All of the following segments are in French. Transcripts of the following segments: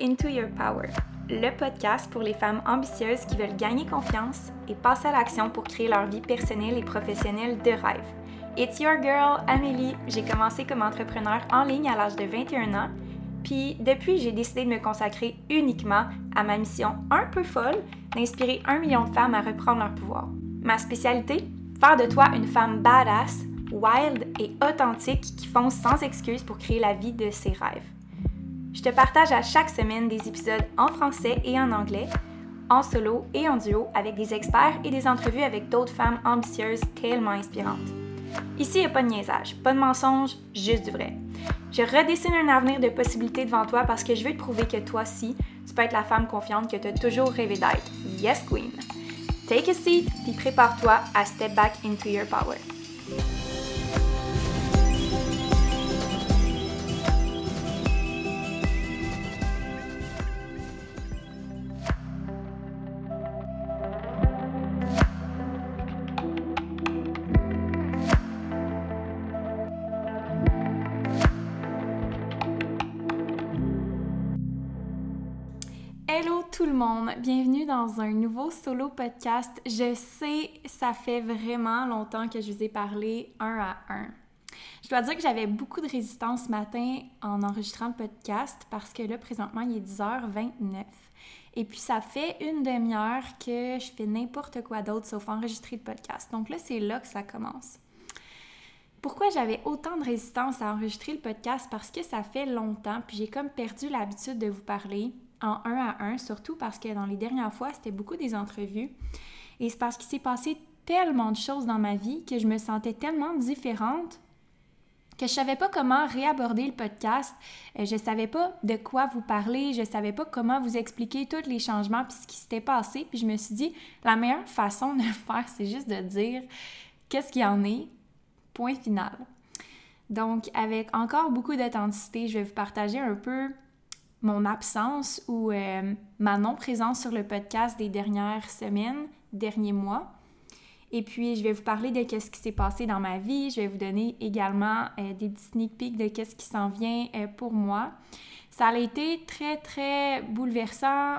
Into Your Power, le podcast pour les femmes ambitieuses qui veulent gagner confiance et passer à l'action pour créer leur vie personnelle et professionnelle de rêve. It's your girl, Amélie. J'ai commencé comme entrepreneur en ligne à l'âge de 21 ans, puis depuis, j'ai décidé de me consacrer uniquement à ma mission un peu folle d'inspirer 1 million de femmes à reprendre leur pouvoir. Ma spécialité? Faire de toi une femme badass, wild et authentique qui fonce sans excuse pour créer la vie de ses rêves. Je te partage à chaque semaine des épisodes en français et en anglais, en solo et en duo avec des experts et des entrevues avec d'autres femmes ambitieuses tellement inspirantes. Ici, il n'y a pas de niaisage, pas de mensonges, juste du vrai. Je redessine un avenir de possibilités devant toi parce que je veux te prouver que toi aussi, tu peux être la femme confiante que tu as toujours rêvé d'être. Yes, queen! Take a seat, puis prépare-toi à step back into your power. Hello tout le monde, bienvenue dans un nouveau solo podcast. Je sais, ça fait vraiment longtemps que je vous ai parlé un à un. Je dois dire que j'avais beaucoup de résistance ce matin en enregistrant le podcast parce que là, présentement, il est 10h29. Et puis, ça fait une demi-heure que je fais n'importe quoi d'autre sauf enregistrer le podcast. Donc là, c'est là que ça commence. Pourquoi j'avais autant de résistance à enregistrer le podcast? Parce que ça fait longtemps, puis j'ai comme perdu l'habitude de vous parler en un à un, surtout parce que dans les dernières fois, c'était beaucoup des entrevues. Et c'est parce qu'il s'est passé tellement de choses dans ma vie que je me sentais tellement différente que je savais pas comment réaborder le podcast. Je savais pas de quoi vous parler, je savais pas comment vous expliquer tous les changements puis ce qui s'était passé. Puis je me suis dit, la meilleure façon de le faire, c'est juste de dire qu'est-ce qu'il y en est, point final. Donc, avec encore beaucoup d'authenticité, je vais vous partager un peu mon absence ou ma non-présence sur le podcast des dernières semaines, derniers mois. Et puis, je vais vous parler de qu'est-ce qui s'est passé dans ma vie. Je vais vous donner également des petits sneak peeks de qu'est-ce qui s'en vient pour moi. Ça a été très, très bouleversant,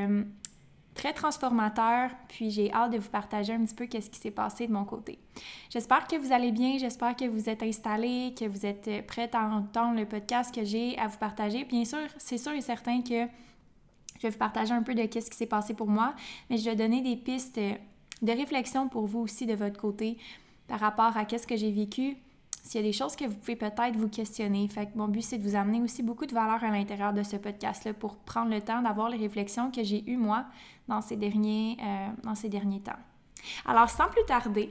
très transformateur, puis j'ai hâte de vous partager un petit peu qu'est-ce qui s'est passé de mon côté. J'espère que vous allez bien, j'espère que vous êtes installés, que vous êtes prêts à entendre le podcast que j'ai à vous partager. Bien sûr, c'est sûr et certain que je vais vous partager un peu de qu'est-ce qui s'est passé pour moi, mais je vais donner des pistes de réflexion pour vous aussi de votre côté par rapport à qu'est-ce que j'ai vécu. S'il y a des choses que vous pouvez peut-être vous questionner. Fait que mon but, c'est de vous amener aussi beaucoup de valeur à l'intérieur de ce podcast-là pour prendre le temps d'avoir les réflexions que j'ai eues, moi, dans ces derniers temps. Alors, sans plus tarder,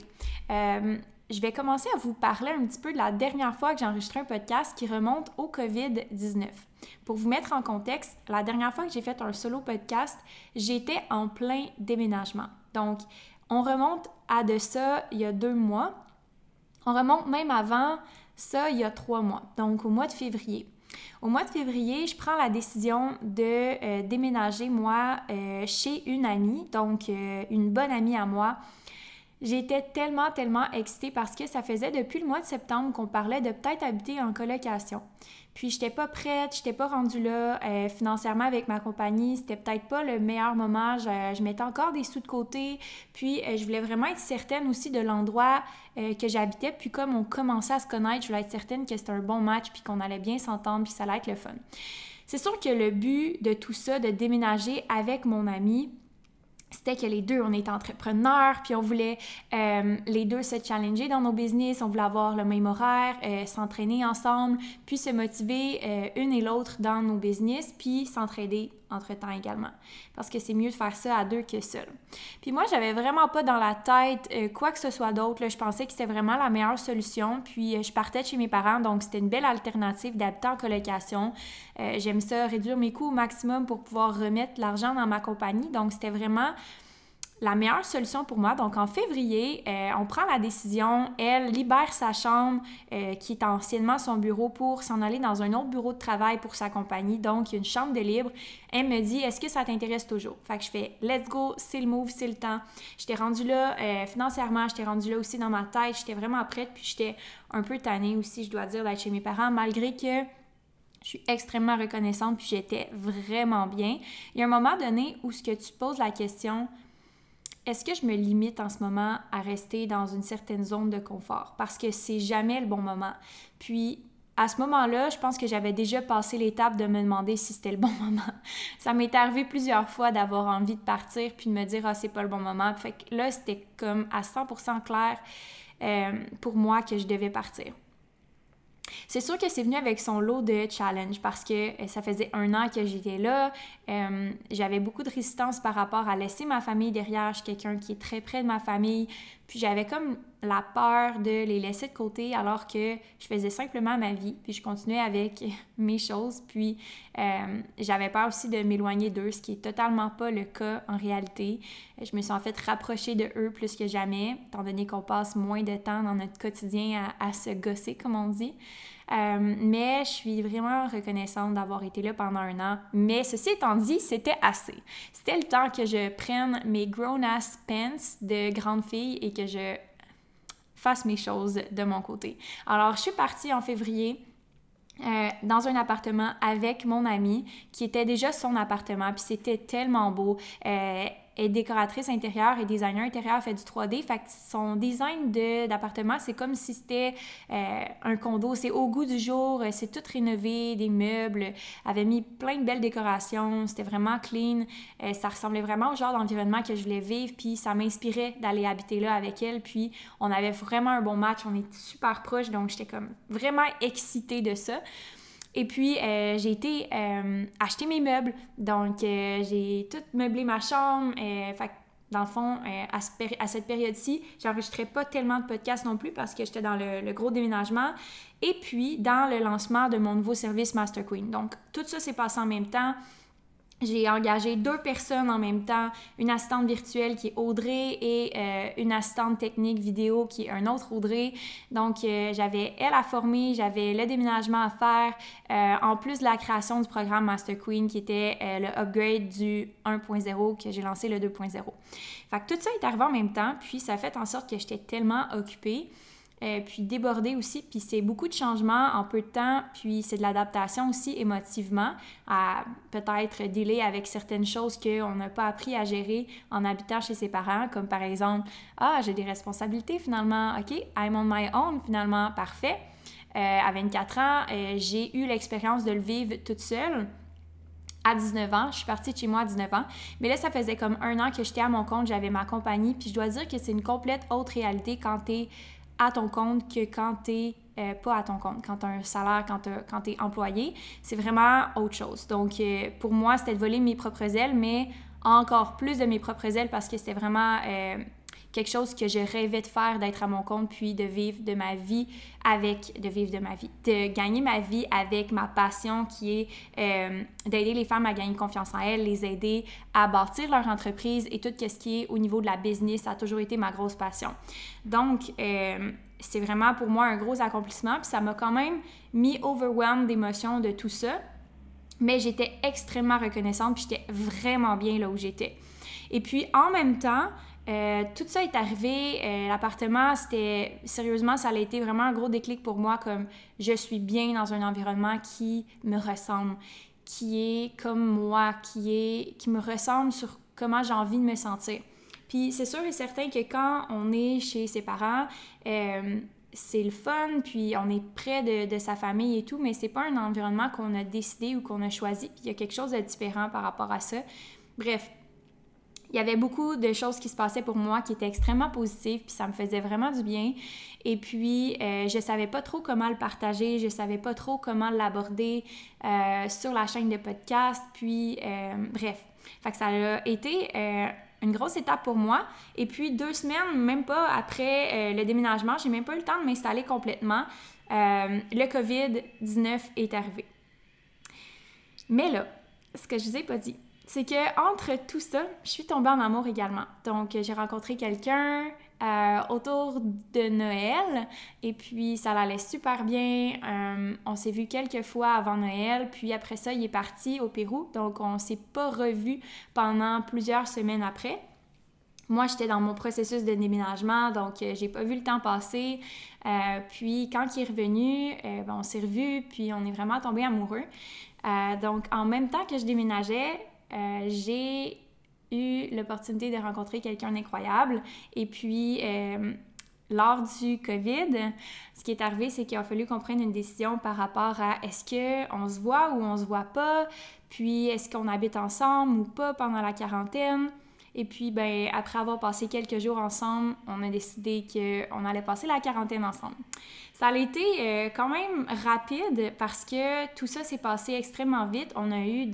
je vais commencer à vous parler un petit peu de la dernière fois que j'ai enregistré un podcast qui remonte au COVID-19. Pour vous mettre en contexte, la dernière fois que j'ai fait un solo podcast, j'étais en plein déménagement. Donc, on remonte à de ça il y a 2 mois. On remonte même avant ça, il y a 3 mois, donc au mois de février. Au mois de février, je prends la décision de déménager, moi, chez une amie, donc une bonne amie à moi. J'étais tellement excitée parce que ça faisait depuis le mois de septembre qu'on parlait de peut-être habiter en colocation. Puis, j'étais pas prête, j'étais pas rendue là financièrement avec ma compagnie. C'était peut-être pas le meilleur moment. Je mettais encore des sous de côté. Puis, je voulais vraiment être certaine aussi de l'endroit que j'habitais. Puis, comme on commençait à se connaître, je voulais être certaine que c'était un bon match puis qu'on allait bien s'entendre puis ça allait être le fun. C'est sûr que le but de tout ça, de déménager avec mon ami, c'était que les deux, on était entrepreneurs, puis on voulait les deux se challenger dans nos business, on voulait avoir le même horaire, s'entraîner ensemble, puis se motiver une et l'autre dans nos business, puis s'entraider entre-temps également. Parce que c'est mieux de faire ça à deux que seul. Puis moi, j'avais vraiment pas dans la tête quoi que ce soit d'autre. Là. Je pensais que c'était vraiment la meilleure solution. Puis je partais de chez mes parents, donc c'était une belle alternative d'habiter en colocation. J'aime ça, réduire mes coûts au maximum pour pouvoir remettre l'argent dans ma compagnie. Donc c'était vraiment la meilleure solution pour moi. Donc, en février, on prend la décision. Elle libère sa chambre, qui est anciennement son bureau, pour s'en aller dans un autre bureau de travail pour sa compagnie. Donc, il y a une chambre de libre. Elle me dit, est-ce que ça t'intéresse toujours? Fait que je fais, let's go, c'est le move, c'est le temps. J'étais rendue là financièrement, j'étais rendue là aussi dans ma tête. J'étais vraiment prête, puis j'étais un peu tannée aussi, je dois dire, d'être chez mes parents, malgré que Je suis extrêmement reconnaissante, puis j'étais vraiment bien. Il y a un moment donné où ce que tu poses la question, est-ce que je me limite en ce moment à rester dans une certaine zone de confort? Parce que c'est jamais le bon moment. Puis, à ce moment-là, je pense que j'avais déjà passé l'étape de me demander si c'était le bon moment. Ça m'est arrivé plusieurs fois d'avoir envie de partir puis de me dire « Ah, c'est pas le bon moment ». Fait que là, c'était comme à 100% clair pour moi que je devais partir. C'est sûr que c'est venu avec son lot de challenge parce que ça faisait 1 an que j'étais là. J'avais beaucoup de résistance par rapport à laisser ma famille derrière. Je suis quelqu'un qui est très près de ma famille. Puis j'avais comme la peur de les laisser de côté alors que je faisais simplement ma vie. Puis je continuais avec mes choses. Puis j'avais peur aussi de m'éloigner d'eux, ce qui est totalement pas le cas en réalité. Je me suis en fait rapprochée de eux plus que jamais, étant donné qu'on passe moins de temps dans notre quotidien à se gosser, comme on dit. Mais je suis vraiment reconnaissante d'avoir été là pendant 1 an. Mais ceci étant dit, c'était assez. C'était le temps que je prenne mes grown-ass pants de grande fille et que je fasse mes choses de mon côté. Alors, je suis partie en février dans un appartement avec mon amie qui était déjà son appartement, puis c'était tellement beau. Elle est décoratrice intérieure et designer intérieur, elle fait du 3D, fait que son design d'appartement, c'est comme si c'était un condo, c'est au goût du jour, c'est tout rénové, des meubles, elle avait mis plein de belles décorations, c'était vraiment clean, ça ressemblait vraiment au genre d'environnement que je voulais vivre, puis ça m'inspirait d'aller habiter là avec elle, puis on avait vraiment un bon match, on était super proches, donc j'étais comme vraiment excitée de ça. Et puis, j'ai été acheter mes meubles. Donc, j'ai tout meublé ma chambre. Fait que, dans le fond, à cette période-ci, j'enregistrais pas tellement de podcasts non plus parce que j'étais dans le gros déménagement. Et puis, dans le lancement de mon nouveau service Master Queen. Donc, tout ça s'est passé en même temps. J'ai engagé 2 personnes en même temps, une assistante virtuelle qui est Audrey et une assistante technique vidéo qui est un autre Audrey. Donc, j'avais elle à former, j'avais le déménagement à faire, en plus de la création du programme Master Queen qui était le upgrade du 1.0 que j'ai lancé le 2.0. Fait que tout ça est arrivé en même temps, puis ça a fait en sorte que j'étais tellement occupée. Puis débordée aussi, puis c'est beaucoup de changements en peu de temps, puis c'est de l'adaptation aussi émotivement, à peut-être dealer avec certaines choses qu'on n'a pas appris à gérer en habitant chez ses parents, comme par exemple « Ah, j'ai des responsabilités finalement, ok, I'm on my own finalement, parfait ». À 24 ans, j'ai eu l'expérience de le vivre toute seule. À 19 ans, je suis partie de chez moi à 19 ans, mais là, ça faisait comme 1 an que j'étais à mon compte, j'avais ma compagnie, puis je dois dire que c'est une complète autre réalité quand t'es à ton compte que quand t'es pas à ton compte, quand t'as un salaire, quand t'es employé, c'est vraiment autre chose. Donc, pour moi, c'était de voler mes propres ailes, mais encore plus de mes propres ailes parce que c'était vraiment quelque chose que je rêvais de faire, d'être à mon compte, puis de vivre de gagner ma vie avec ma passion qui est d'aider les femmes à gagner confiance en elles, les aider à bâtir leur entreprise et tout ce qui est au niveau de la business, ça a toujours été ma grosse passion. Donc, c'est vraiment pour moi un gros accomplissement, puis ça m'a quand même mis overwhelmed d'émotions de tout ça, mais j'étais extrêmement reconnaissante, puis j'étais vraiment bien là où j'étais. Et puis, en même temps, tout ça est arrivé, l'appartement, sérieusement, ça a été vraiment un gros déclic pour moi, comme je suis bien dans un environnement qui me ressemble, qui est comme moi, qui me ressemble sur comment j'ai envie de me sentir. Puis c'est sûr et certain que quand on est chez ses parents, c'est le fun, puis on est près de sa famille et tout, mais c'est pas un environnement qu'on a décidé ou qu'on a choisi, puis il y a quelque chose de différent par rapport à ça. Bref, il y avait beaucoup de choses qui se passaient pour moi qui étaient extrêmement positives, puis ça me faisait vraiment du bien. Et puis, je savais pas trop comment le partager, je savais pas trop comment l'aborder sur la chaîne de podcast, puis bref. Fait que ça a été une grosse étape pour moi. Et puis, 2 semaines, même pas après le déménagement, j'ai même pas eu le temps de m'installer complètement. Le COVID-19 est arrivé. Mais là, ce que je vous ai pas dit, c'est que entre tout ça, je suis tombée en amour également. Donc, j'ai rencontré quelqu'un autour de Noël et puis ça allait super bien. On s'est vu quelques fois avant Noël, puis après ça, il est parti au Pérou. Donc, on s'est pas revus pendant plusieurs semaines après. Moi, j'étais dans mon processus de déménagement, donc j'ai pas vu le temps passer. Puis quand il est revenu, on s'est revus, puis on est vraiment tombés amoureux. Donc en même temps que je déménageais, j'ai eu l'opportunité de rencontrer quelqu'un d'incroyable. Et puis lors du COVID, ce qui est arrivé, c'est qu'il a fallu qu'on prenne une décision par rapport à est-ce qu'on se voit ou on se voit pas, puis est-ce qu'on habite ensemble ou pas pendant la quarantaine. Et puis, après avoir passé quelques jours ensemble, on a décidé qu'on allait passer la quarantaine ensemble. Ça a été quand même rapide parce que tout ça s'est passé extrêmement vite. On a eu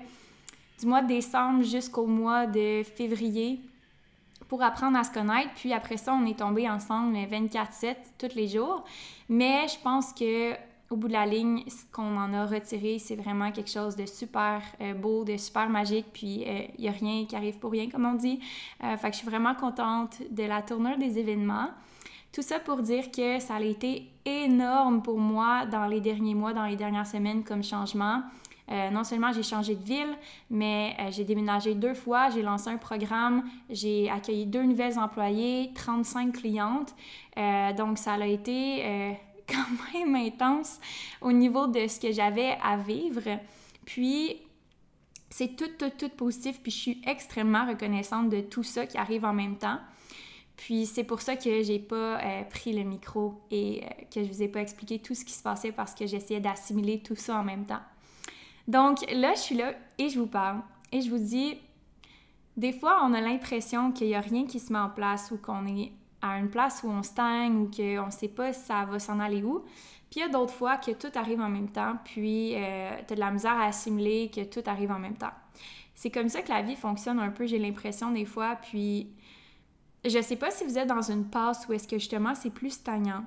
du mois de décembre jusqu'au mois de février pour apprendre à se connaître. Puis après ça, on est tombés ensemble 24/7 tous les jours. Mais je pense que au bout de la ligne, ce qu'on en a retiré, c'est vraiment quelque chose de super beau, de super magique, puis il n'y a rien qui arrive pour rien, comme on dit. Fait que je suis vraiment contente de la tournure des événements. Tout ça pour dire que ça a été énorme pour moi dans les derniers mois, dans les dernières semaines comme changement. Non seulement j'ai changé de ville, mais j'ai déménagé 2 fois, j'ai lancé un programme, j'ai accueilli 2 nouvelles employées, 35 clientes. Donc ça a été quand même intense au niveau de ce que j'avais à vivre. Puis, c'est tout positif, puis je suis extrêmement reconnaissante de tout ça qui arrive en même temps. Puis, c'est pour ça que j'ai pas pris le micro et que je vous ai pas expliqué tout ce qui se passait parce que j'essayais d'assimiler tout ça en même temps. Donc, là, je suis là et je vous parle. Et je vous dis, des fois, on a l'impression qu'il y a rien qui se met en place ou qu'on est à une place où on stagne ou qu'on ne sait pas si ça va s'en aller où. Puis il y a d'autres fois que tout arrive en même temps, puis tu as de la misère à assimiler que tout arrive en même temps. C'est comme ça que la vie fonctionne un peu, j'ai l'impression des fois. Puis je sais pas si vous êtes dans une passe où est-ce que justement c'est plus stagnant.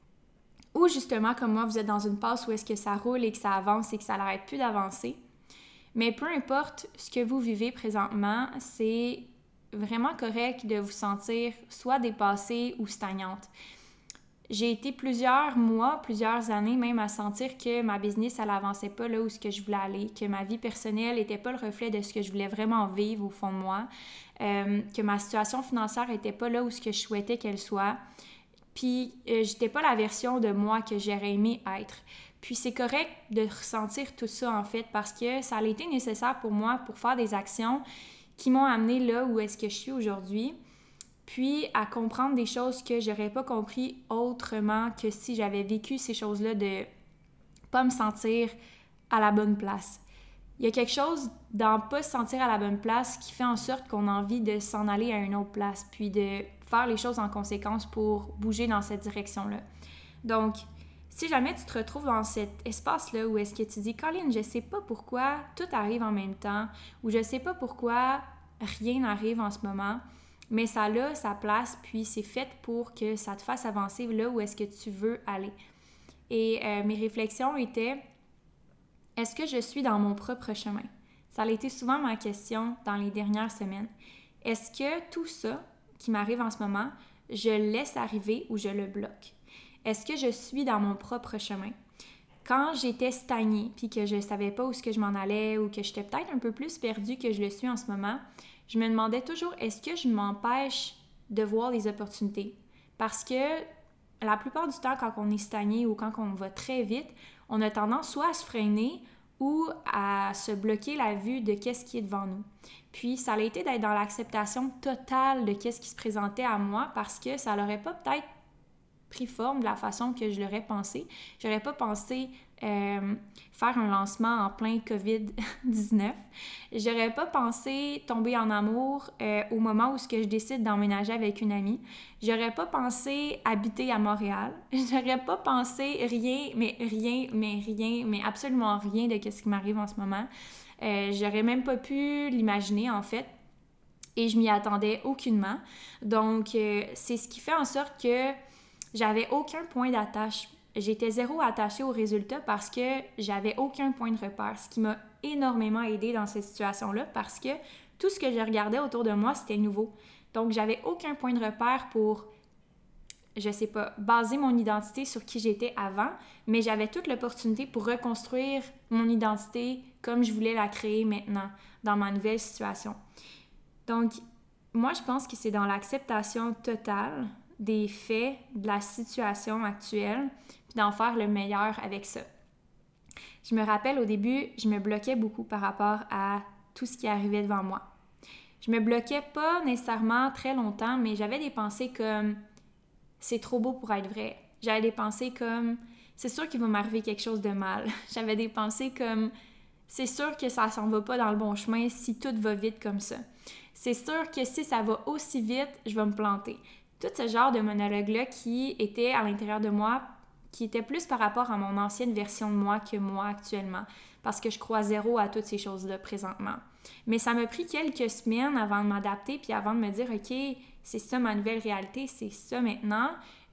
Ou justement, comme moi, vous êtes dans une passe où est-ce que ça roule et que ça avance et que ça n'arrête plus d'avancer. Mais peu importe ce que vous vivez présentement, c'est vraiment correct de vous sentir soit dépassée ou stagnante. J'ai été plusieurs mois, plusieurs années même à sentir que ma business, elle avançait pas là où ce que je voulais aller, que ma vie personnelle n'était pas le reflet de ce que je voulais vraiment vivre au fond de moi, que ma situation financière n'était pas là où ce que je souhaitais qu'elle soit, puis j'étais pas la version de moi que j'aurais aimé être. Puis c'est correct de ressentir tout ça en fait parce que ça a été nécessaire pour moi pour faire des actions qui m'ont amené là où est-ce que je suis aujourd'hui, puis à comprendre des choses que j'aurais pas compris autrement que si j'avais vécu ces choses-là de pas me sentir à la bonne place. Il y a quelque chose dans pas se sentir à la bonne place qui fait en sorte qu'on a envie de s'en aller à une autre place, puis de faire les choses en conséquence pour bouger dans cette direction-là. Donc, si jamais tu te retrouves dans cet espace-là où est-ce que tu dis « Colin, je sais pas pourquoi tout arrive en même temps » ou « Je sais pas pourquoi rien n'arrive en ce moment », mais ça a sa place, puis c'est fait pour que ça te fasse avancer là où est-ce que tu veux aller. Et mes réflexions étaient « Est-ce que je suis dans mon propre chemin? » Ça a été souvent ma question dans les dernières semaines. Est-ce que tout ça qui m'arrive en ce moment, je le laisse arriver ou je le bloque? Est-ce que je suis dans mon propre chemin? Quand j'étais stagnée puis que je savais pas où est-ce que je m'en allais ou que j'étais peut-être un peu plus perdue que je le suis en ce moment, je me demandais toujours est-ce que je m'empêche de voir les opportunités? Parce que la plupart du temps, quand on est stagné ou quand on va très vite, on a tendance soit à se freiner ou à se bloquer la vue de qu'est-ce qui est devant nous. Puis ça a été d'être dans l'acceptation totale de qu'est-ce qui se présentait à moi parce que ça n'aurait pas peut-être pris forme de la façon que je l'aurais pensé. J'aurais pas pensé faire un lancement en plein COVID-19. J'aurais pas pensé tomber en amour au moment où je décide d'emménager avec une amie. J'aurais pas pensé habiter à Montréal. J'aurais pas pensé rien, mais absolument rien de ce qui m'arrive en ce moment. J'aurais même pas pu l'imaginer en fait. Et je m'y attendais aucunement. Donc, c'est ce qui fait en sorte que j'avais aucun point d'attache. J'étais zéro attachée au résultat parce que j'avais aucun point de repère, ce qui m'a énormément aidée dans cette situation-là parce que tout ce que je regardais autour de moi, c'était nouveau. Donc, j'avais aucun point de repère pour, je sais pas, baser mon identité sur qui j'étais avant, mais j'avais toute l'opportunité pour reconstruire mon identité comme je voulais la créer maintenant, dans ma nouvelle situation. Donc, moi, je pense que c'est dans l'acceptation totale des faits, de la situation actuelle, puis d'en faire le meilleur avec ça. Je me rappelle au début, je me bloquais beaucoup par rapport à tout ce qui arrivait devant moi. Je me bloquais pas nécessairement très longtemps, mais j'avais des pensées comme « c'est trop beau pour être vrai ». J'avais des pensées comme « c'est sûr qu'il va m'arriver quelque chose de mal ». J'avais des pensées comme « c'est sûr que ça s'en va pas dans le bon chemin si tout va vite comme ça ». C'est sûr que si ça va aussi vite, je vais me planter. Tout ce genre de monologue-là qui était à l'intérieur de moi, qui était plus par rapport à mon ancienne version de moi que moi actuellement, parce que je crois zéro à toutes ces choses-là présentement. Mais ça m'a pris quelques semaines avant de m'adapter, puis avant de me dire, OK, c'est ça ma nouvelle réalité, c'est ça maintenant.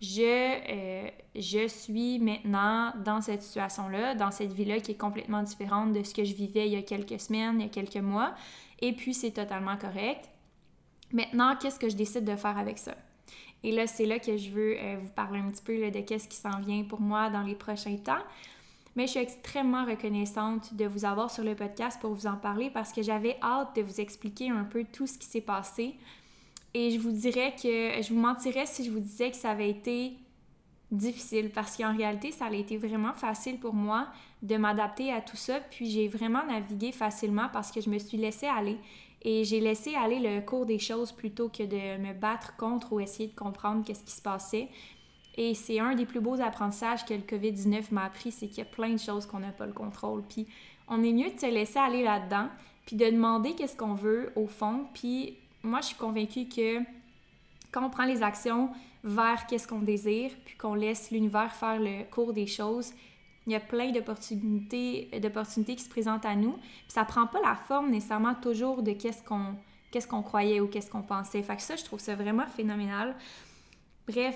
Je suis maintenant dans cette situation-là, dans cette vie-là qui est complètement différente de ce que je vivais il y a quelques semaines, il y a quelques mois. Et puis, c'est totalement correct. Maintenant, qu'est-ce que je décide de faire avec ça? Et là, c'est là que je veux vous parler un petit peu là, de qu'est-ce qui s'en vient pour moi dans les prochains temps. Mais je suis extrêmement reconnaissante de vous avoir sur le podcast pour vous en parler parce que j'avais hâte de vous expliquer un peu tout ce qui s'est passé. Et je vous dirais que je vous mentirais si je vous disais que ça avait été difficile parce qu'en réalité, ça a été vraiment facile pour moi de m'adapter à tout ça. Puis j'ai vraiment navigué facilement parce que je me suis laissée aller. Et j'ai laissé aller le cours des choses plutôt que de me battre contre ou essayer de comprendre qu'est-ce qui se passait. Et c'est un des plus beaux apprentissages que le COVID-19 m'a appris, c'est qu'il y a plein de choses qu'on n'a pas le contrôle. Puis on est mieux de se laisser aller là-dedans, puis de demander qu'est-ce qu'on veut au fond. Puis moi, je suis convaincue que quand on prend les actions vers qu'est-ce qu'on désire, puis qu'on laisse l'univers faire le cours des choses, il y a plein d'opportunités qui se présentent à nous. Puis ça prend pas la forme nécessairement toujours de qu'est-ce qu'on croyait ou qu'est-ce qu'on pensait. Fait que ça, je trouve ça vraiment phénoménal. Bref,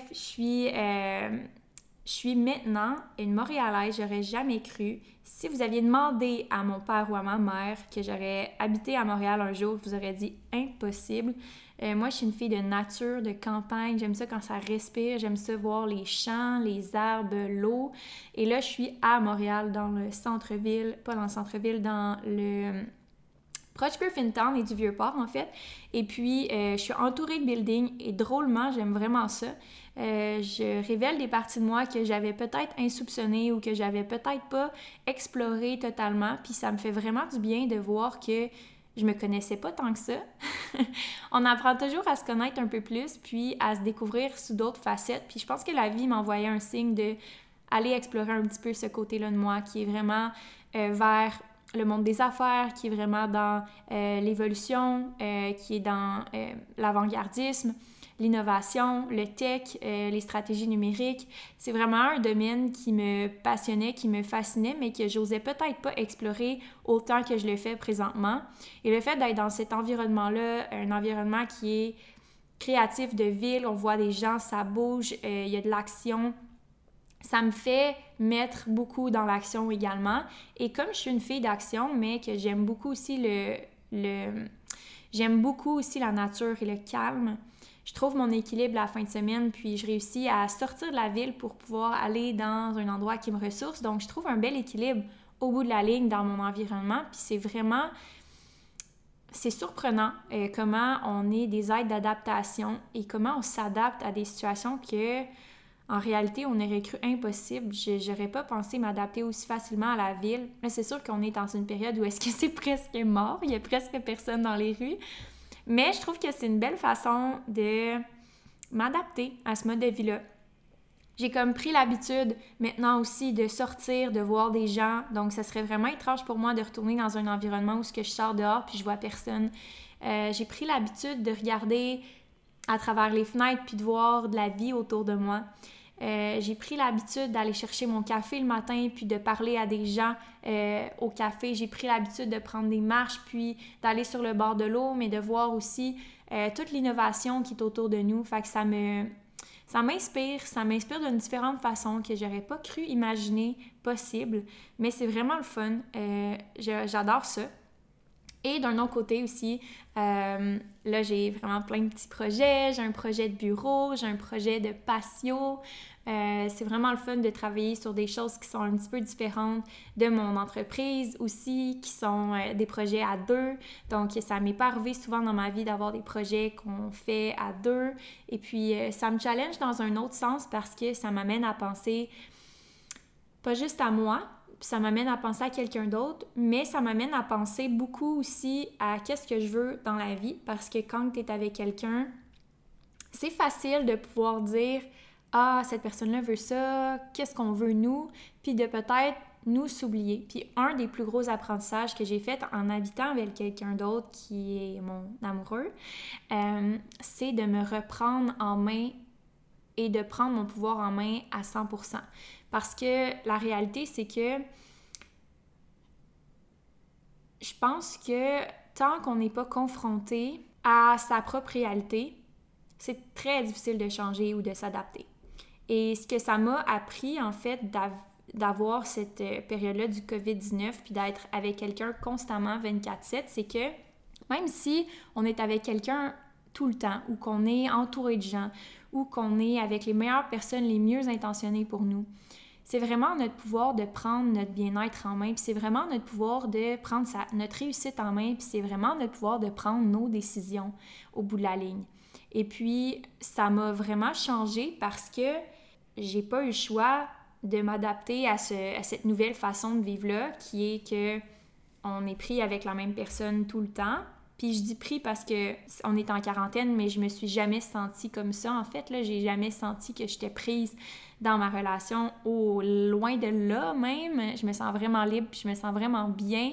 je suis maintenant une Montréalaise, j'aurais jamais cru. Si vous aviez demandé à mon père ou à ma mère que j'aurais habité à Montréal un jour, je vous aurais dit impossible. Moi, je suis une fille de nature, de campagne. J'aime ça quand ça respire. J'aime ça voir les champs, les arbres, l'eau. Et là, je suis à Montréal, dans le centre-ville, pas dans le centre-ville, dans le proche Griffintown et du Vieux-Port, en fait. Et puis, je suis entourée de buildings et drôlement, j'aime vraiment ça. Je révèle des parties de moi que j'avais peut-être insoupçonnées ou que j'avais peut-être pas explorées totalement. Puis ça me fait vraiment du bien de voir que je me connaissais pas tant que ça. On apprend toujours à se connaître un peu plus, puis à se découvrir sous d'autres facettes. Puis je pense que la vie m'envoyait un signe de aller explorer un petit peu ce côté-là de moi qui est vraiment vers le monde des affaires, qui est vraiment dans l'évolution, qui est dans l'avant-gardisme, l'innovation, le tech, les stratégies numériques. C'est vraiment un domaine qui me passionnait, qui me fascinait, mais que j'osais peut-être pas explorer autant que je le fais présentement. Et le fait d'être dans cet environnement-là, un environnement qui est créatif de ville, on voit des gens, ça bouge, il y a de l'action. Ça me fait mettre beaucoup dans l'action également. Et comme je suis une fille d'action, mais que j'aime beaucoup aussi j'aime beaucoup aussi la nature et le calme, je trouve mon équilibre la fin de semaine, puis je réussis à sortir de la ville pour pouvoir aller dans un endroit qui me ressource. Donc, je trouve un bel équilibre au bout de la ligne dans mon environnement. Puis c'est surprenant comment on est des aides d'adaptation et comment on s'adapte à des situations que, en réalité, on aurait cru impossible. J'aurais pas pensé m'adapter aussi facilement à la ville. Là, c'est sûr qu'on est dans une période où est-ce que c'est presque mort. Il y a presque personne dans les rues. Mais je trouve que c'est une belle façon de m'adapter à ce mode de vie-là. J'ai comme pris l'habitude maintenant aussi de sortir, de voir des gens. Donc, ça serait vraiment étrange pour moi de retourner dans un environnement où je sors dehors puis je vois personne. J'ai pris l'habitude de regarder à travers les fenêtres puis de voir de la vie autour de moi. J'ai pris l'habitude d'aller chercher mon café le matin puis de parler à des gens au café. J'ai pris l'habitude de prendre des marches puis d'aller sur le bord de l'eau, mais de voir aussi toute l'innovation qui est autour de nous. Fait que ça m'inspire d'une différente façon que j'aurais pas cru imaginer possible, mais c'est vraiment le fun. J'adore ça. Et d'un autre côté aussi, là, j'ai vraiment plein de petits projets. J'ai un projet de bureau, j'ai un projet de patio. C'est vraiment le fun de travailler sur des choses qui sont un petit peu différentes de mon entreprise aussi, qui sont des projets à deux. Donc, ça m'est pas arrivé souvent dans ma vie d'avoir des projets qu'on fait à deux. Et puis, ça me challenge dans un autre sens parce que ça m'amène à penser pas juste à moi, ça m'amène à penser à quelqu'un d'autre, mais ça m'amène à penser beaucoup aussi à qu'est-ce que je veux dans la vie, parce que quand tu es avec quelqu'un, c'est facile de pouvoir dire « Ah, cette personne-là veut ça, qu'est-ce qu'on veut nous? » Puis de peut-être nous s'oublier. Puis un des plus gros apprentissages que j'ai fait en habitant avec quelqu'un d'autre qui est mon amoureux, c'est de me reprendre en main et de prendre mon pouvoir en main à 100%. Parce que la réalité, c'est que je pense que tant qu'on n'est pas confronté à sa propre réalité, c'est très difficile de changer ou de s'adapter. Et ce que ça m'a appris, en fait, d'avoir cette période-là du COVID-19 puis d'être avec quelqu'un constamment 24/7, c'est que même si on est avec quelqu'un tout le temps ou qu'on est entouré de gens ou qu'on est avec les meilleures personnes, les mieux intentionnées pour nous, c'est vraiment notre pouvoir de prendre notre bien-être en main, puis c'est vraiment notre pouvoir de prendre notre réussite en main, puis c'est vraiment notre pouvoir de prendre nos décisions au bout de la ligne. Et puis, ça m'a vraiment changé parce que j'ai pas eu le choix de m'adapter à cette nouvelle façon de vivre-là, qui est que on est pris avec la même personne tout le temps. Puis je dis pris parce que on est en quarantaine, mais je me suis jamais sentie comme ça. En fait, là, j'ai jamais senti que j'étais prise dans ma relation, loin de là même. Je me sens vraiment libre, puis je me sens vraiment bien.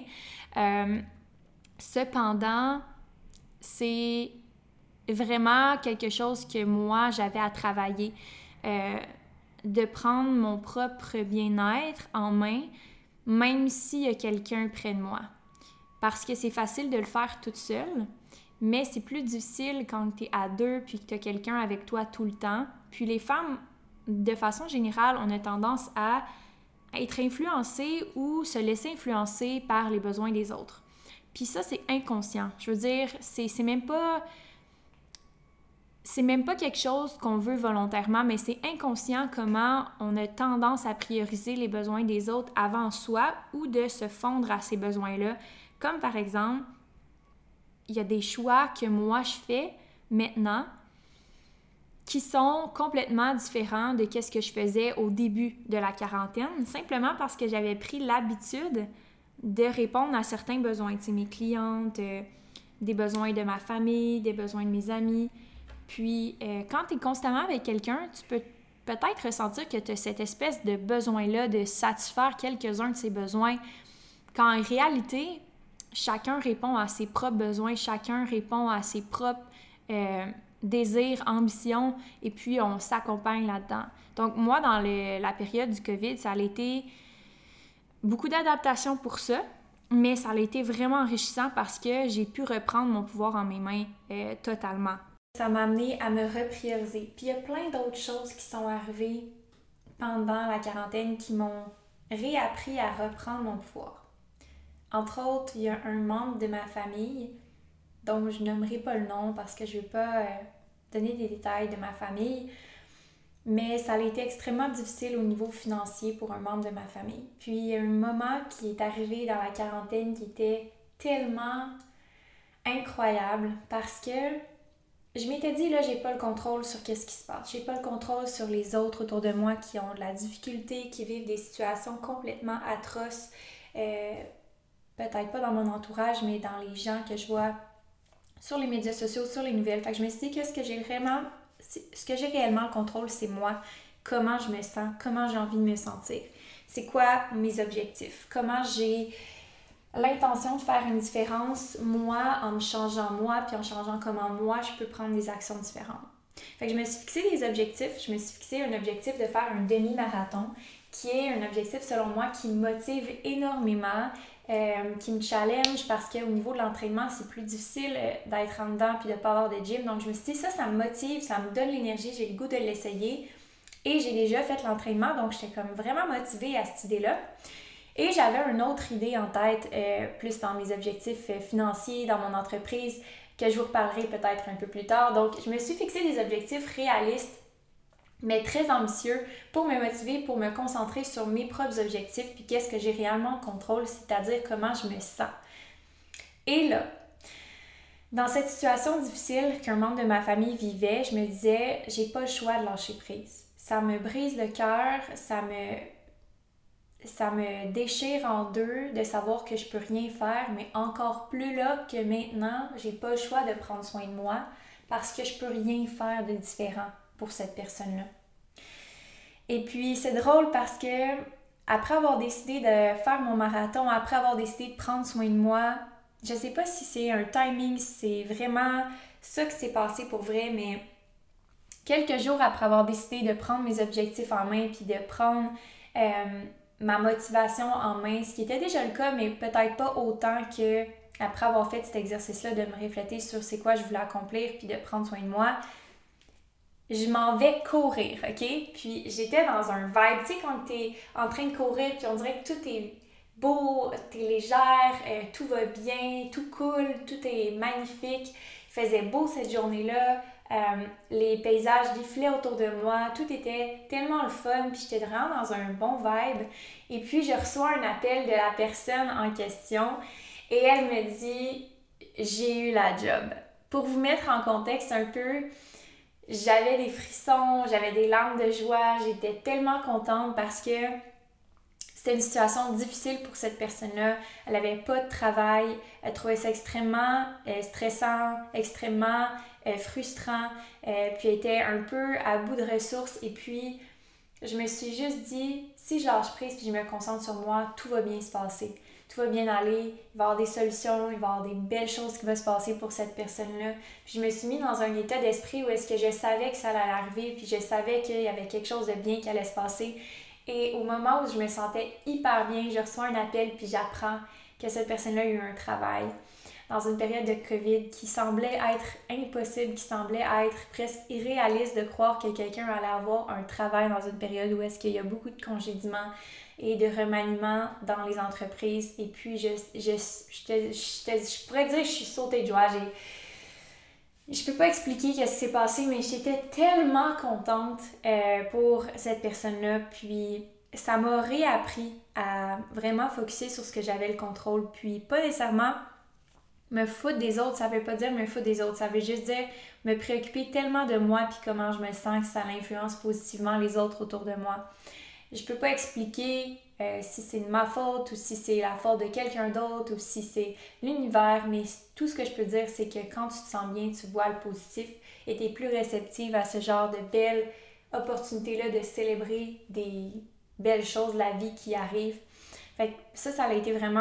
Cependant, c'est vraiment quelque chose que moi, j'avais à travailler. De prendre mon propre bien-être en main, même s'il y a quelqu'un près de moi. Parce que c'est facile de le faire toute seule, mais c'est plus difficile quand tu es à deux puis que tu as quelqu'un avec toi tout le temps. Puis les femmes, de façon générale, on a tendance à être influencées ou se laisser influencer par les besoins des autres. Puis ça, c'est inconscient. Je veux dire, c'est même pas quelque chose qu'on veut volontairement, mais c'est inconscient comment on a tendance à prioriser les besoins des autres avant soi ou de se fondre à ces besoins-là. Comme par exemple, il y a des choix que moi je fais maintenant qui sont complètement différents de ce que je faisais au début de la quarantaine, simplement parce que j'avais pris l'habitude de répondre à certains besoins, tu sais, mes clientes, des besoins de ma famille, des besoins de mes amis. Puis, quand tu es constamment avec quelqu'un, tu peux peut-être ressentir que tu as cette espèce de besoin-là de satisfaire quelques-uns de ses besoins, quand en réalité, chacun répond à ses propres besoins, chacun répond à ses propres désirs, ambitions, et puis on s'accompagne là-dedans. Donc moi, dans la période du COVID, ça a été beaucoup d'adaptation pour ça, mais ça a été vraiment enrichissant parce que j'ai pu reprendre mon pouvoir en mes mains totalement. Ça m'a amené à me reprioriser. Puis il y a plein d'autres choses qui sont arrivées pendant la quarantaine qui m'ont réappris à reprendre mon pouvoir. Entre autres, il y a un membre de ma famille dont je nommerai pas le nom parce que je ne veux pas donner des détails de ma famille, mais ça a été extrêmement difficile au niveau financier pour un membre de ma famille. Puis il y a un moment qui est arrivé dans la quarantaine qui était tellement incroyable parce que je m'étais dit, là, j'ai pas le contrôle sur qu'est-ce qui se passe. J'ai pas le contrôle sur les autres autour de moi qui ont de la difficulté, qui vivent des situations complètement atroces. Peut-être pas dans mon entourage, mais dans les gens que je vois sur les médias sociaux, sur les nouvelles. Fait que je me suis dit que ce que j'ai réellement le contrôle, c'est moi. Comment je me sens, comment j'ai envie de me sentir. C'est quoi mes objectifs, comment j'ai l'intention de faire une différence, moi, en me changeant moi, puis en changeant comment moi, je peux prendre des actions différentes. Fait que je me suis fixé des objectifs. Je me suis fixé un objectif de faire un demi-marathon, qui est un objectif, selon moi, qui me motive énormément, qui me challenge parce qu'au niveau de l'entraînement, c'est plus difficile d'être en dedans puis de ne pas avoir de gym. Donc, je me suis dit, ça me motive, ça me donne l'énergie, j'ai le goût de l'essayer. Et j'ai déjà fait l'entraînement, donc j'étais comme vraiment motivée à cette idée-là. Et j'avais une autre idée en tête, plus dans mes objectifs financiers, dans mon entreprise, que je vous reparlerai peut-être un peu plus tard. Donc, je me suis fixé des objectifs réalistes, mais très ambitieux pour me motiver, pour me concentrer sur mes propres objectifs, puis qu'est-ce que j'ai réellement en contrôle, c'est-à-dire comment je me sens. Et là, dans cette situation difficile qu'un membre de ma famille vivait, je me disais, j'ai pas le choix de lâcher prise. Ça me brise le cœur, ça me déchire en deux de savoir que je peux rien faire, mais encore plus là que maintenant, j'ai pas le choix de prendre soin de moi parce que je peux rien faire de différent pour cette personne-là. Et puis c'est drôle parce que après avoir décidé de faire mon marathon, après avoir décidé de prendre soin de moi, je sais pas si c'est un timing, si c'est vraiment ça qui s'est passé pour vrai, mais quelques jours après avoir décidé de prendre mes objectifs en main puis de prendre ma motivation en main, ce qui était déjà le cas, mais peut-être pas autant que après avoir fait cet exercice-là, de me refléter sur c'est quoi je voulais accomplir puis de prendre soin de moi, je m'en vais courir, ok? Puis j'étais dans un vibe, tu sais, quand t'es en train de courir puis on dirait que tout est beau, t'es légère, tout va bien, tout coule, tout est magnifique. Il faisait beau cette journée-là. Les paysages défilaient autour de moi, tout était tellement le fun, puis j'étais vraiment dans un bon vibe. Et puis je reçois un appel de la personne en question et elle me dit « J'ai eu la job ». Pour vous mettre en contexte un peu, j'avais des frissons, j'avais des larmes de joie, j'étais tellement contente parce que c'était une situation difficile pour cette personne-là. Elle n'avait pas de travail. Elle trouvait ça extrêmement stressant, extrêmement frustrant. Puis elle était un peu à bout de ressources. Et puis, je me suis juste dit, si je lâche prise puis je me concentre sur moi, tout va bien se passer. Tout va bien aller. Il va y avoir des solutions. Il va y avoir des belles choses qui vont se passer pour cette personne-là. Puis je me suis mis dans un état d'esprit où est-ce que je savais que ça allait arriver. Puis je savais qu'il y avait quelque chose de bien qui allait se passer. Et au moment où je me sentais hyper bien, je reçois un appel puis j'apprends que cette personne-là a eu un travail dans une période de COVID qui semblait être impossible, qui semblait être presque irréaliste de croire que quelqu'un allait avoir un travail dans une période où est-ce qu'il y a beaucoup de congédiements et de remaniements dans les entreprises. Et puis, je pourrais dire que je suis sautée de joie. Je peux pas expliquer ce qui s'est passé, mais j'étais tellement contente pour cette personne-là. Puis ça m'a réappris à vraiment focusser sur ce que j'avais le contrôle. Puis pas nécessairement me foutre des autres, ça veut pas dire me foutre des autres. Ça veut juste dire me préoccuper tellement de moi puis comment je me sens que ça influence positivement les autres autour de moi. Je peux pas expliquer si c'est de ma faute ou si c'est la faute de quelqu'un d'autre ou si c'est l'univers, mais tout ce que je peux dire, c'est que quand tu te sens bien, tu vois le positif et tu es plus réceptive à ce genre de belles opportunités-là de célébrer des belles choses de la vie qui arrivent. Fait que ça a été vraiment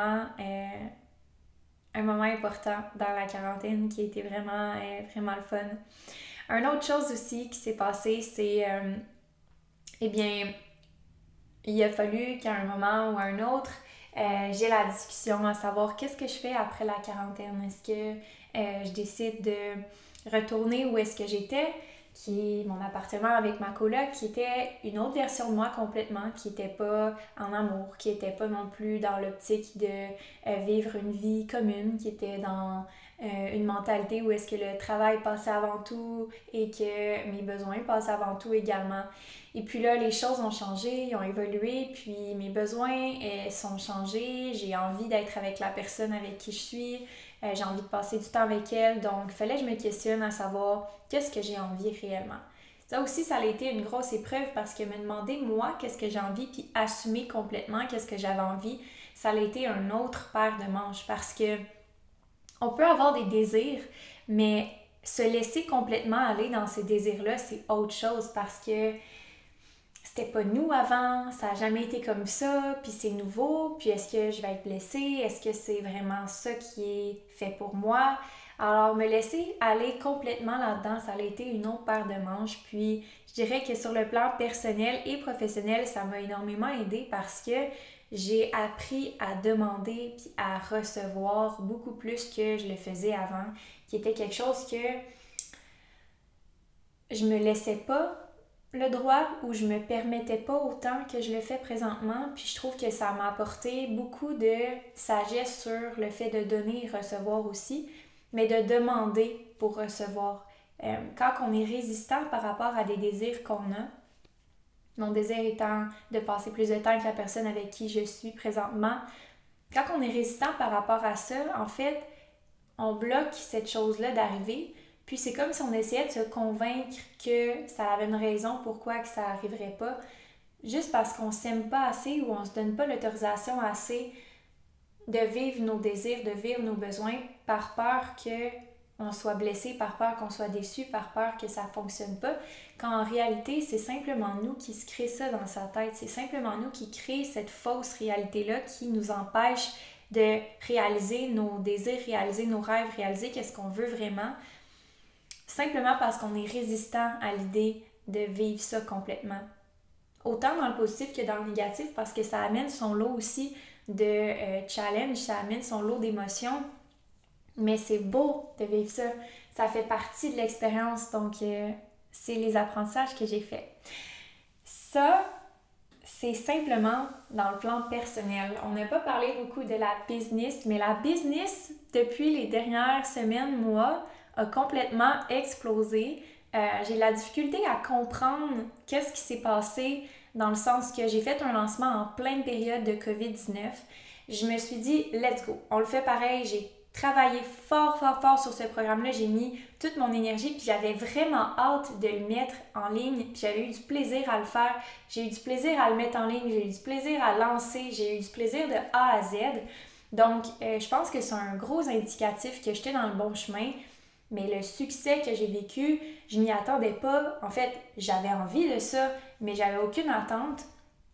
un moment important dans la quarantaine qui a été vraiment, vraiment le fun. Une autre chose aussi qui s'est passée, c'est, il a fallu qu'à un moment ou à un autre, j'ai la discussion à savoir qu'est-ce que je fais après la quarantaine. Est-ce que je décide de retourner où est-ce que j'étais, qui est mon appartement avec ma coloc, qui était une autre version de moi complètement, qui n'était pas en amour, qui n'était pas non plus dans l'optique de vivre une vie commune, qui était dans une mentalité où est-ce que le travail passait avant tout et que mes besoins passaient avant tout également. Et puis là, les choses ont changé, ont évolué, puis mes besoins sont changés. J'ai envie d'être avec la personne avec qui je suis. J'ai envie de passer du temps avec elle. Donc, il fallait que je me questionne à savoir qu'est-ce que j'ai envie réellement. Ça aussi, ça a été une grosse épreuve parce que me demander, moi, qu'est-ce que j'ai envie, puis assumer complètement qu'est-ce que j'avais envie, ça a été un autre paire de manches parce que on peut avoir des désirs, mais se laisser complètement aller dans ces désirs-là, c'est autre chose parce que c'était pas nous avant, ça a jamais été comme ça, puis c'est nouveau, puis est-ce que je vais être blessée, est-ce que c'est vraiment ça qui est fait pour moi? Alors, me laisser aller complètement là-dedans, ça a été une autre paire de manches, puis je dirais que sur le plan personnel et professionnel, ça m'a énormément aidée parce que j'ai appris à demander puis à recevoir beaucoup plus que je le faisais avant, qui était quelque chose que je me laissais pas le droit où je me permettais pas autant que je le fais présentement, puis je trouve que ça m'a apporté beaucoup de sagesse sur le fait de donner et recevoir aussi, mais de demander pour recevoir. Quand on est résistant par rapport à des désirs qu'on a, mon désir étant de passer plus de temps avec la personne avec qui je suis présentement, quand on est résistant par rapport à ça, en fait, on bloque cette chose-là d'arriver. Puis c'est comme si on essayait de se convaincre que ça avait une raison pourquoi que ça n'arriverait pas, juste parce qu'on s'aime pas assez ou on se donne pas l'autorisation assez de vivre nos désirs, de vivre nos besoins par peur qu'on soit blessé, par peur qu'on soit déçu, par peur que ça fonctionne pas, quand en réalité, c'est simplement nous qui se crée ça dans sa tête, c'est simplement nous qui crée cette fausse réalité-là qui nous empêche de réaliser nos désirs, réaliser nos rêves, réaliser qu'est-ce qu'on veut vraiment, simplement parce qu'on est résistant à l'idée de vivre ça complètement. Autant dans le positif que dans le négatif, parce que ça amène son lot aussi de challenge, ça amène son lot d'émotions, mais c'est beau de vivre ça. Ça fait partie de l'expérience, donc c'est les apprentissages que j'ai faits. Ça, c'est simplement dans le plan personnel. On n'a pas parlé beaucoup de la business, mais la business, depuis les dernières semaines, mois, a complètement explosé. J'ai la difficulté à comprendre qu'est-ce qui s'est passé dans le sens que j'ai fait un lancement en pleine période de COVID-19. Je me suis dit, let's go, on le fait pareil. J'ai travaillé fort sur ce programme-là. J'ai mis toute mon énergie, puis j'avais vraiment hâte de le mettre en ligne. Puis j'avais eu du plaisir à le faire. J'ai eu du plaisir à le mettre en ligne. J'ai eu du plaisir à lancer. J'ai eu du plaisir de A à Z. Donc, je pense que c'est un gros indicatif que j'étais dans le bon chemin. Mais le succès que j'ai vécu, je m'y attendais pas. En fait, j'avais envie de ça, mais j'avais aucune attente.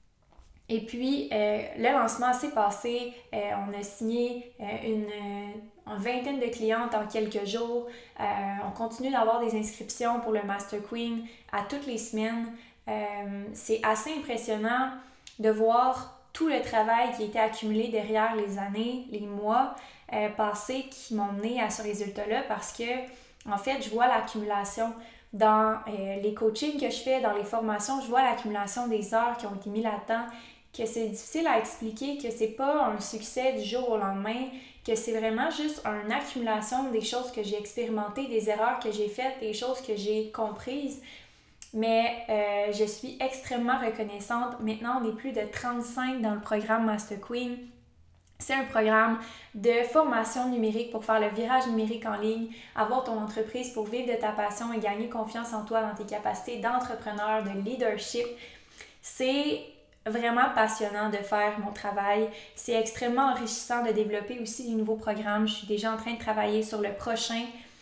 Et puis, le lancement s'est passé. On a signé une vingtaine de clientes en quelques jours. On continue d'avoir des inscriptions pour le Master Queen à toutes les semaines. C'est assez impressionnant de voir tout le travail qui a été accumulé derrière les années, les mois passés qui m'ont mené à ce résultat-là parce que, en fait, je vois l'accumulation dans les coachings que je fais, dans les formations, je vois l'accumulation des heures qui ont été mises là-dedans, que c'est difficile à expliquer, que c'est pas un succès du jour au lendemain, que c'est vraiment juste une accumulation des choses que j'ai expérimentées, des erreurs que j'ai faites, des choses que j'ai comprises. Mais je suis extrêmement reconnaissante. Maintenant, on est plus de 35 dans le programme Master Queen. C'est un programme de formation numérique pour faire le virage numérique en ligne, avoir ton entreprise pour vivre de ta passion et gagner confiance en toi, dans tes capacités d'entrepreneur, de leadership. C'est vraiment passionnant de faire mon travail. C'est extrêmement enrichissant de développer aussi des nouveaux programmes. Je suis déjà en train de travailler sur le prochain.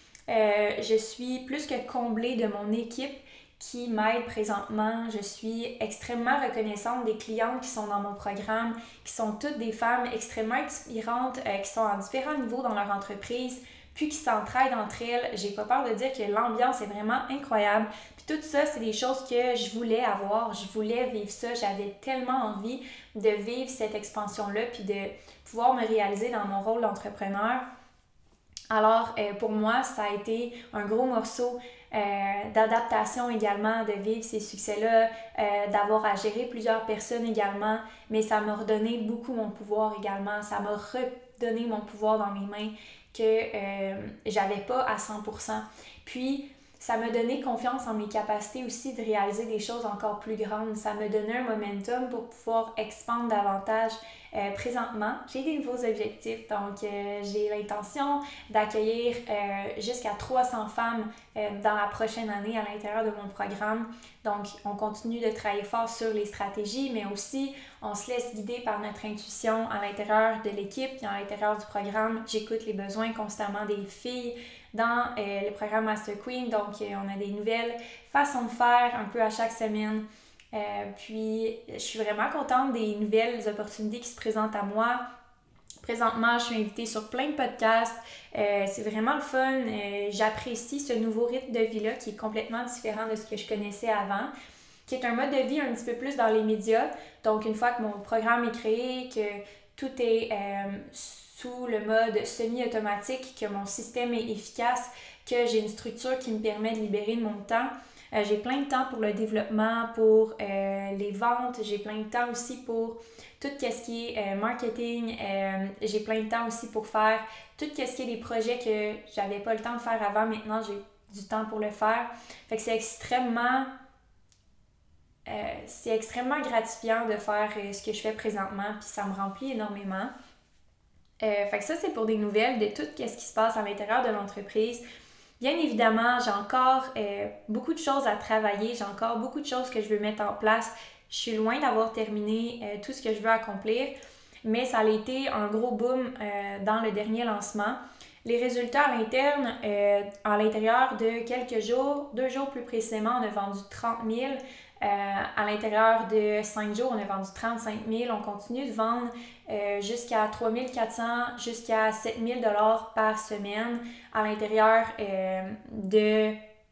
Je suis plus que comblée de mon équipe qui m'aide présentement. Je suis extrêmement reconnaissante des clientes qui sont dans mon programme, qui sont toutes des femmes extrêmement inspirantes, qui sont à différents niveaux dans leur entreprise, puis qui s'entraident entre elles. J'ai pas peur de dire que l'ambiance est vraiment incroyable. Puis tout ça, c'est des choses que je voulais avoir. Je voulais vivre ça. J'avais tellement envie de vivre cette expansion-là, puis de pouvoir me réaliser dans mon rôle d'entrepreneur. Alors, pour moi, ça a été un gros morceau d'adaptation également, de vivre ces succès-là, d'avoir à gérer plusieurs personnes également, mais ça m'a redonné beaucoup mon pouvoir également, ça m'a redonné mon pouvoir dans mes mains que j'avais pas à 100%. Puis, ça m'a donné confiance en mes capacités aussi de réaliser des choses encore plus grandes. Ça m'a donné un momentum pour pouvoir expandre davantage. Présentement, j'ai des nouveaux objectifs, donc j'ai l'intention d'accueillir jusqu'à 300 femmes dans la prochaine année à l'intérieur de mon programme. Donc, on continue de travailler fort sur les stratégies, mais aussi on se laisse guider par notre intuition à l'intérieur de l'équipe et à l'intérieur du programme. J'écoute les besoins constamment des filles dans le programme Master Queen, donc on a des nouvelles façons de faire un peu à chaque semaine. Puis, je suis vraiment contente des nouvelles opportunités qui se présentent à moi. Présentement, je suis invitée sur plein de podcasts. C'est vraiment le fun. J'apprécie ce nouveau rythme de vie-là qui est complètement différent de ce que je connaissais avant, qui est un mode de vie un petit peu plus dans les médias. Donc, une fois que mon programme est créé, que tout est sous le mode semi-automatique, que mon système est efficace, que j'ai une structure qui me permet de libérer mon temps, J'ai plein de temps pour le développement, pour les ventes. J'ai plein de temps aussi pour tout ce qui est marketing. J'ai plein de temps aussi pour faire tout ce qui est des projets que j'avais pas le temps de faire avant. Maintenant, j'ai du temps pour le faire. Fait que c'est extrêmement gratifiant de faire ce que je fais présentement, puis ça me remplit énormément. Fait que ça, c'est pour des nouvelles de tout ce qui se passe à l'intérieur de l'entreprise. Bien évidemment, j'ai encore beaucoup de choses à travailler, j'ai encore beaucoup de choses que je veux mettre en place. Je suis loin d'avoir terminé tout ce que je veux accomplir, mais ça a été un gros boom dans le dernier lancement. Les résultats à l'interne, à l'intérieur de quelques jours, 2 jours plus précisément, on a vendu 30 000. À l'intérieur de 5 jours, on a vendu 35 000. On continue de vendre jusqu'à 3 400, jusqu'à 7 000 $ par semaine à l'intérieur de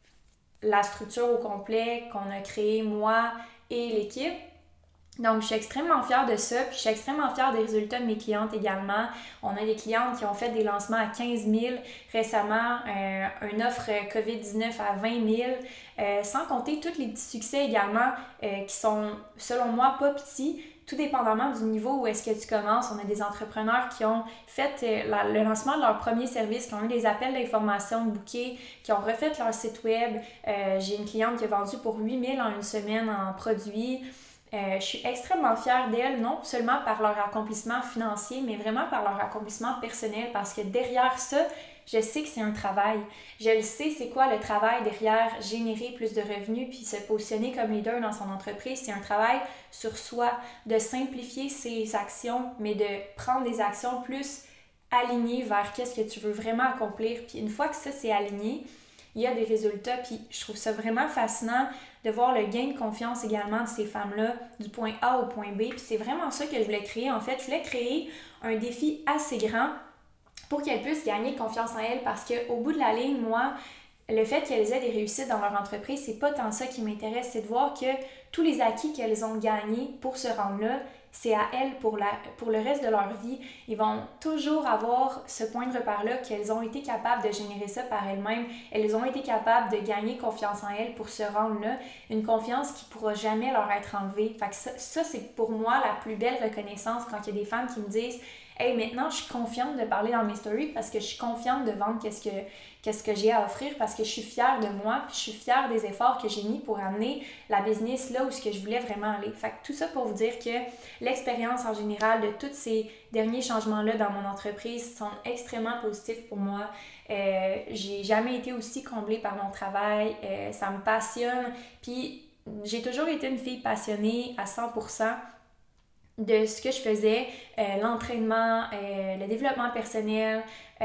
la structure au complet qu'on a créée, moi et l'équipe. Donc, je suis extrêmement fière de ça, puis je suis extrêmement fière des résultats de mes clientes également. On a des clientes qui ont fait des lancements à 15 000 récemment, une offre COVID-19 à 20 000, sans compter tous les petits succès également qui sont, selon moi, pas petits, tout dépendamment du niveau où est-ce que tu commences. On a des entrepreneurs qui ont fait le lancement de leur premier service, qui ont eu des appels d'information bookés, qui ont refait leur site web. J'ai une cliente qui a vendu pour 8 000 en une semaine en produits. Je suis extrêmement fière d'elles, non seulement par leur accomplissement financier, mais vraiment par leur accomplissement personnel, parce que derrière ça, je sais que c'est un travail. Je le sais, c'est quoi le travail derrière générer plus de revenus puis se positionner comme leader dans son entreprise. C'est un travail sur soi, de simplifier ses actions, mais de prendre des actions plus alignées vers qu'est-ce que tu veux vraiment accomplir. Puis une fois que ça, c'est aligné, il y a des résultats, puis je trouve ça vraiment fascinant de voir le gain de confiance également de ces femmes-là, du point A au point B, puis c'est vraiment ça que je voulais créer. En fait, je voulais créer un défi assez grand pour qu'elles puissent gagner confiance en elles, parce qu'au bout de la ligne, moi, le fait qu'elles aient des réussites dans leur entreprise, c'est pas tant ça qui m'intéresse, c'est de voir que tous les acquis qu'elles ont gagnés pour se rendre là, c'est à elles pour le reste de leur vie. Ils vont toujours avoir ce point de repère-là qu'elles ont été capables de générer ça par elles-mêmes. Elles ont été capables de gagner confiance en elles pour se rendre là. Une confiance qui ne pourra jamais leur être enlevée. Fait que ça, c'est pour moi la plus belle reconnaissance quand il y a des femmes qui me disent « Hey, maintenant, je suis confiante de parler dans mes stories parce que je suis confiante de vendre qu'est-ce que j'ai à offrir, parce que je suis fière de moi, puis je suis fière des efforts que j'ai mis pour amener la business là où ce que je voulais vraiment aller. » Fait que tout ça pour vous dire que l'expérience en général de tous ces derniers changements-là dans mon entreprise sont extrêmement positifs pour moi. J'ai jamais été aussi comblée par mon travail, ça me passionne, puis j'ai toujours été une fille passionnée à 100% de ce que je faisais, l'entraînement, le développement personnel,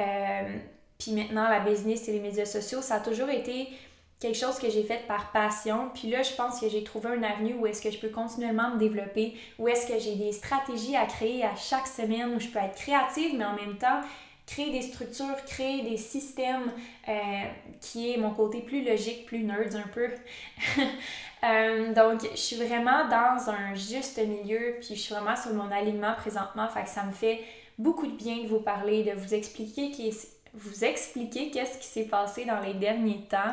puis maintenant la business et les médias sociaux, ça a toujours été quelque chose que j'ai fait par passion. Puis là, je pense que j'ai trouvé un avenue où est-ce que je peux continuellement me développer, où est-ce que j'ai des stratégies à créer à chaque semaine, où je peux être créative, mais en même temps, créer des structures, créer des systèmes, qui est mon côté plus logique, plus nerd un peu. Donc, je suis vraiment dans un juste milieu, puis je suis vraiment sur mon alignement présentement, fait que ça me fait beaucoup de bien de vous parler, de vous expliquer qu'est-ce qui s'est passé dans les derniers temps.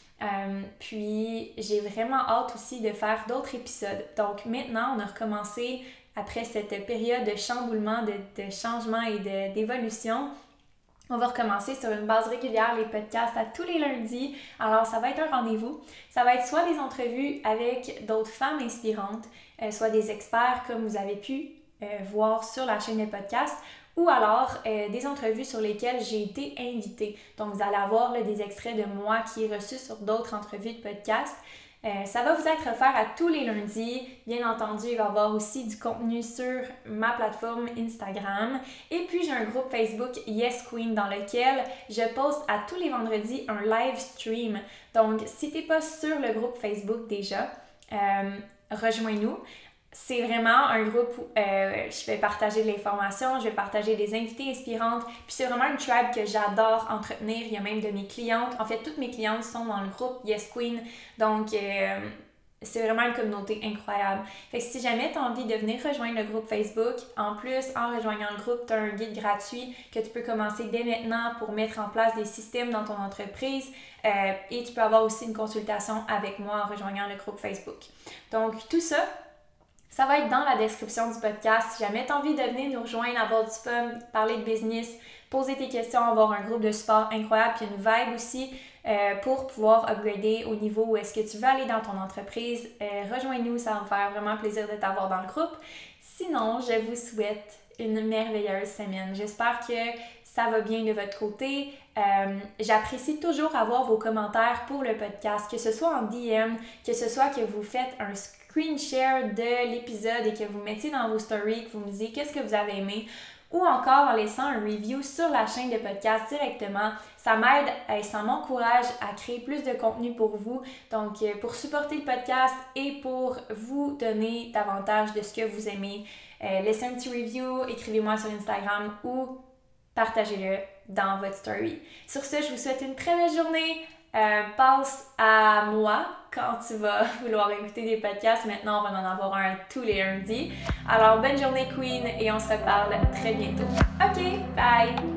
Puis, j'ai vraiment hâte aussi de faire d'autres épisodes. Donc, maintenant, on a recommencé après cette période de chamboulement, de changement et d'évolution. On va recommencer sur une base régulière les podcasts à tous les lundis. Alors, ça va être un rendez-vous. Ça va être soit des entrevues avec d'autres femmes inspirantes, soit des experts comme vous avez pu voir sur la chaîne de podcast, ou alors des entrevues sur lesquelles j'ai été invitée. Donc, vous allez avoir là, des extraits de moi qui est reçu sur d'autres entrevues de podcast. Ça va vous être offert à tous les lundis. Bien entendu, il va y avoir aussi du contenu sur ma plateforme Instagram. Et puis, j'ai un groupe Facebook Yes Queen dans lequel je poste à tous les vendredis un live stream. Donc, si tu n'es pas sur le groupe Facebook déjà, rejoins-nous. C'est vraiment un groupe où je vais partager de l'information, je vais partager des invités inspirantes. Puis c'est vraiment une tribe que j'adore entretenir. Il y a même de mes clientes. En fait, toutes mes clientes sont dans le groupe Yes Queen. Donc, c'est vraiment une communauté incroyable. Fait que si jamais tu as envie de venir rejoindre le groupe Facebook, en plus, en rejoignant le groupe, tu as un guide gratuit que tu peux commencer dès maintenant pour mettre en place des systèmes dans ton entreprise et tu peux avoir aussi une consultation avec moi en rejoignant le groupe Facebook. Donc, tout ça, ça va être dans la description du podcast. Si jamais tu as envie de venir nous rejoindre, avoir du fun, parler de business, poser tes questions, avoir un groupe de support incroyable, puis une vibe aussi pour pouvoir upgrader au niveau où est-ce que tu veux aller dans ton entreprise, rejoins-nous, ça va me faire vraiment plaisir de t'avoir dans le groupe. Sinon, je vous souhaite une merveilleuse semaine. J'espère que ça va bien de votre côté. J'apprécie toujours avoir vos commentaires pour le podcast, que ce soit en DM, que ce soit que vous faites un screen share de l'épisode et que vous mettiez dans vos stories, que vous me disiez qu'est-ce que vous avez aimé, ou encore en laissant un review sur la chaîne de podcast directement. Ça m'aide et ça m'encourage à créer plus de contenu pour vous. Donc, pour supporter le podcast et pour vous donner davantage de ce que vous aimez, laissez un petit review, écrivez-moi sur Instagram ou partagez-le dans votre story. Sur ce, je vous souhaite une très belle journée. Pense à moi quand tu vas vouloir écouter des podcasts. Maintenant, on va en avoir un tous les lundis. Alors, bonne journée Queen et on se reparle très bientôt. OK, bye!